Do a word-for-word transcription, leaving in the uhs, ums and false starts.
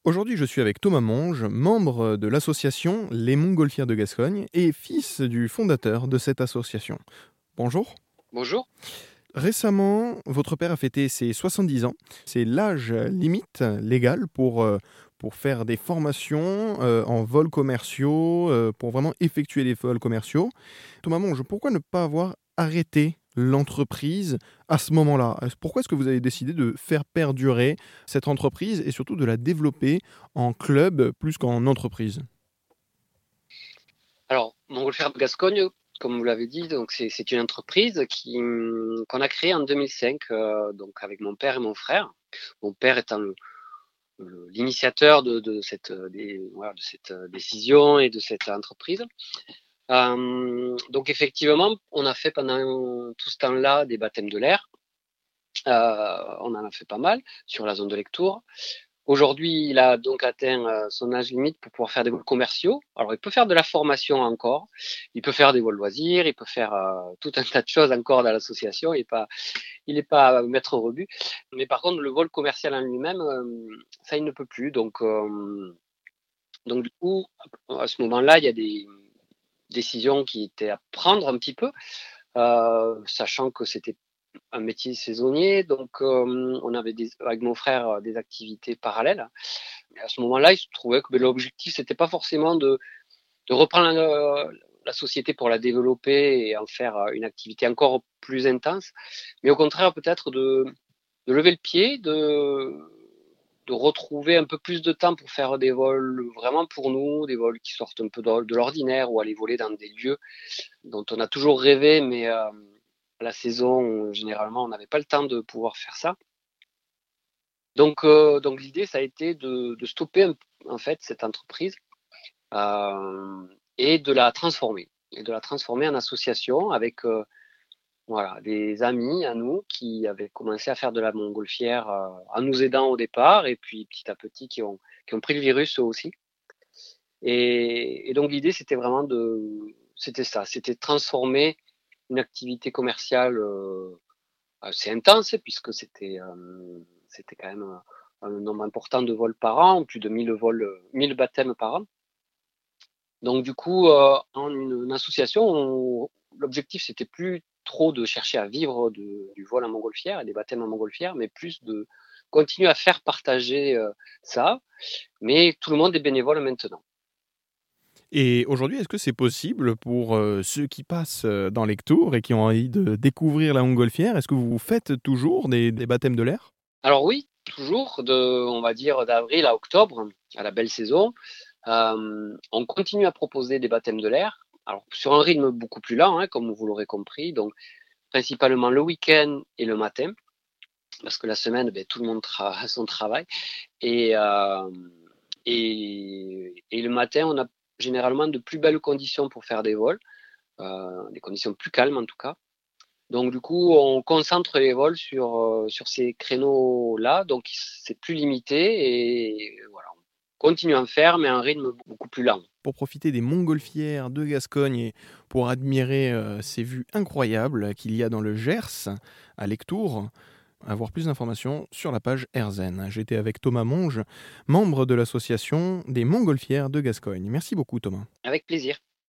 Aujourd'hui, je suis avec Thomas Monge, membre de l'association Les Montgolfières de Gascogne et fils du fondateur de cette association. Bonjour. Bonjour. Récemment, votre père a fêté ses soixante-dix ans. C'est l'âge limite légal pour, euh, pour faire des formations euh, en vols commerciaux, euh, pour vraiment effectuer les vols commerciaux. Thomas Monge, pourquoi ne pas avoir arrêté l'entreprise à ce moment-là? Pourquoi est-ce que vous avez décidé de faire perdurer cette entreprise et surtout de la développer en club plus qu'en entreprise? Alors, Montgolfière de Gascogne, comme vous l'avez dit, donc c'est, c'est une entreprise qui, hum, qu'on a créée en deux mille cinq, euh, donc avec mon père et mon frère. Mon père étant le, le- l'initiateur de, de cette, euh, des- voilà, de cette euh, décision et de cette entreprise. Euh, donc effectivement, on a fait pendant tout ce temps-là des baptêmes de l'air. Euh, on en a fait pas mal sur la zone de Lectoure. Aujourd'hui, il a donc atteint euh, son âge limite pour pouvoir faire des vols commerciaux. Alors, il peut faire de la formation encore, il peut faire des vols loisirs, il peut faire euh, tout un tas de choses encore dans l'association. Il n'est pas, il est pas maître rebut. Mais par contre, le vol commercial en lui-même, euh, ça, il ne peut plus. Donc, euh, donc du coup, à ce moment-là, il y a des décisions qui étaient à prendre un petit peu, euh, sachant que c'était un métier saisonnier. Donc, euh, on avait des, avec mon frère des activités parallèles. Et à ce moment-là, il se trouvait que ben, l'objectif, c'était pas forcément de, de reprendre la, la société pour la développer et en faire une activité encore plus intense, mais au contraire, peut-être de, de lever le pied, de, de retrouver un peu plus de temps pour faire des vols vraiment pour nous, des vols qui sortent un peu de, de l'ordinaire ou aller voler dans des lieux dont on a toujours rêvé, mais euh, la saison, généralement, on n'avait pas le temps de pouvoir faire ça. Donc, euh, donc l'idée, ça a été de, de stopper en fait cette entreprise euh, et de la transformer et de la transformer en association avec euh, voilà des amis à nous qui avaient commencé à faire de la montgolfière euh, en nous aidant au départ et puis petit à petit qui ont qui ont pris le virus eux aussi. Et, et donc l'idée, c'était vraiment de c'était ça, c'était de transformer une activité commerciale euh, assez intense puisque c'était euh, c'était quand même un nombre important de vols par an, plus de mille vols, mille baptêmes par an. Donc du coup, euh, en une, une association, on- l'objectif c'était plus trop de chercher à vivre de- du vol en montgolfière et des baptêmes en montgolfière, mais plus de continuer à faire partager euh, ça. Mais tout le monde est bénévole maintenant. Et aujourd'hui, est-ce que c'est possible pour euh, ceux qui passent euh, dans les tours et qui ont envie de découvrir la montgolfière, est-ce que vous faites toujours des, des baptêmes de l'air? Alors oui, toujours de, on va dire d'avril à octobre, à la belle saison, euh, on continue à proposer des baptêmes de l'air. Alors sur un rythme beaucoup plus lent, hein, comme vous l'aurez compris, donc principalement le week-end et le matin. Parce que la semaine, ben, tout le monde a son travail. Et, euh, et, et le matin, on a généralement de plus belles conditions pour faire des vols, euh, des conditions plus calmes en tout cas. Donc du coup, on concentre les vols sur, euh, sur ces créneaux-là, donc c'est plus limité et voilà, on continue à en faire, mais à un rythme beaucoup plus lent. Pour profiter des montgolfières de Gascogne et pour admirer euh, ces vues incroyables qu'il y a dans le Gers, à Lectoure, avoir plus d'informations sur la page AirZen. J'étais avec Thomas Monge, membre de l'association des montgolfières de Gascogne. Merci beaucoup Thomas. Avec plaisir.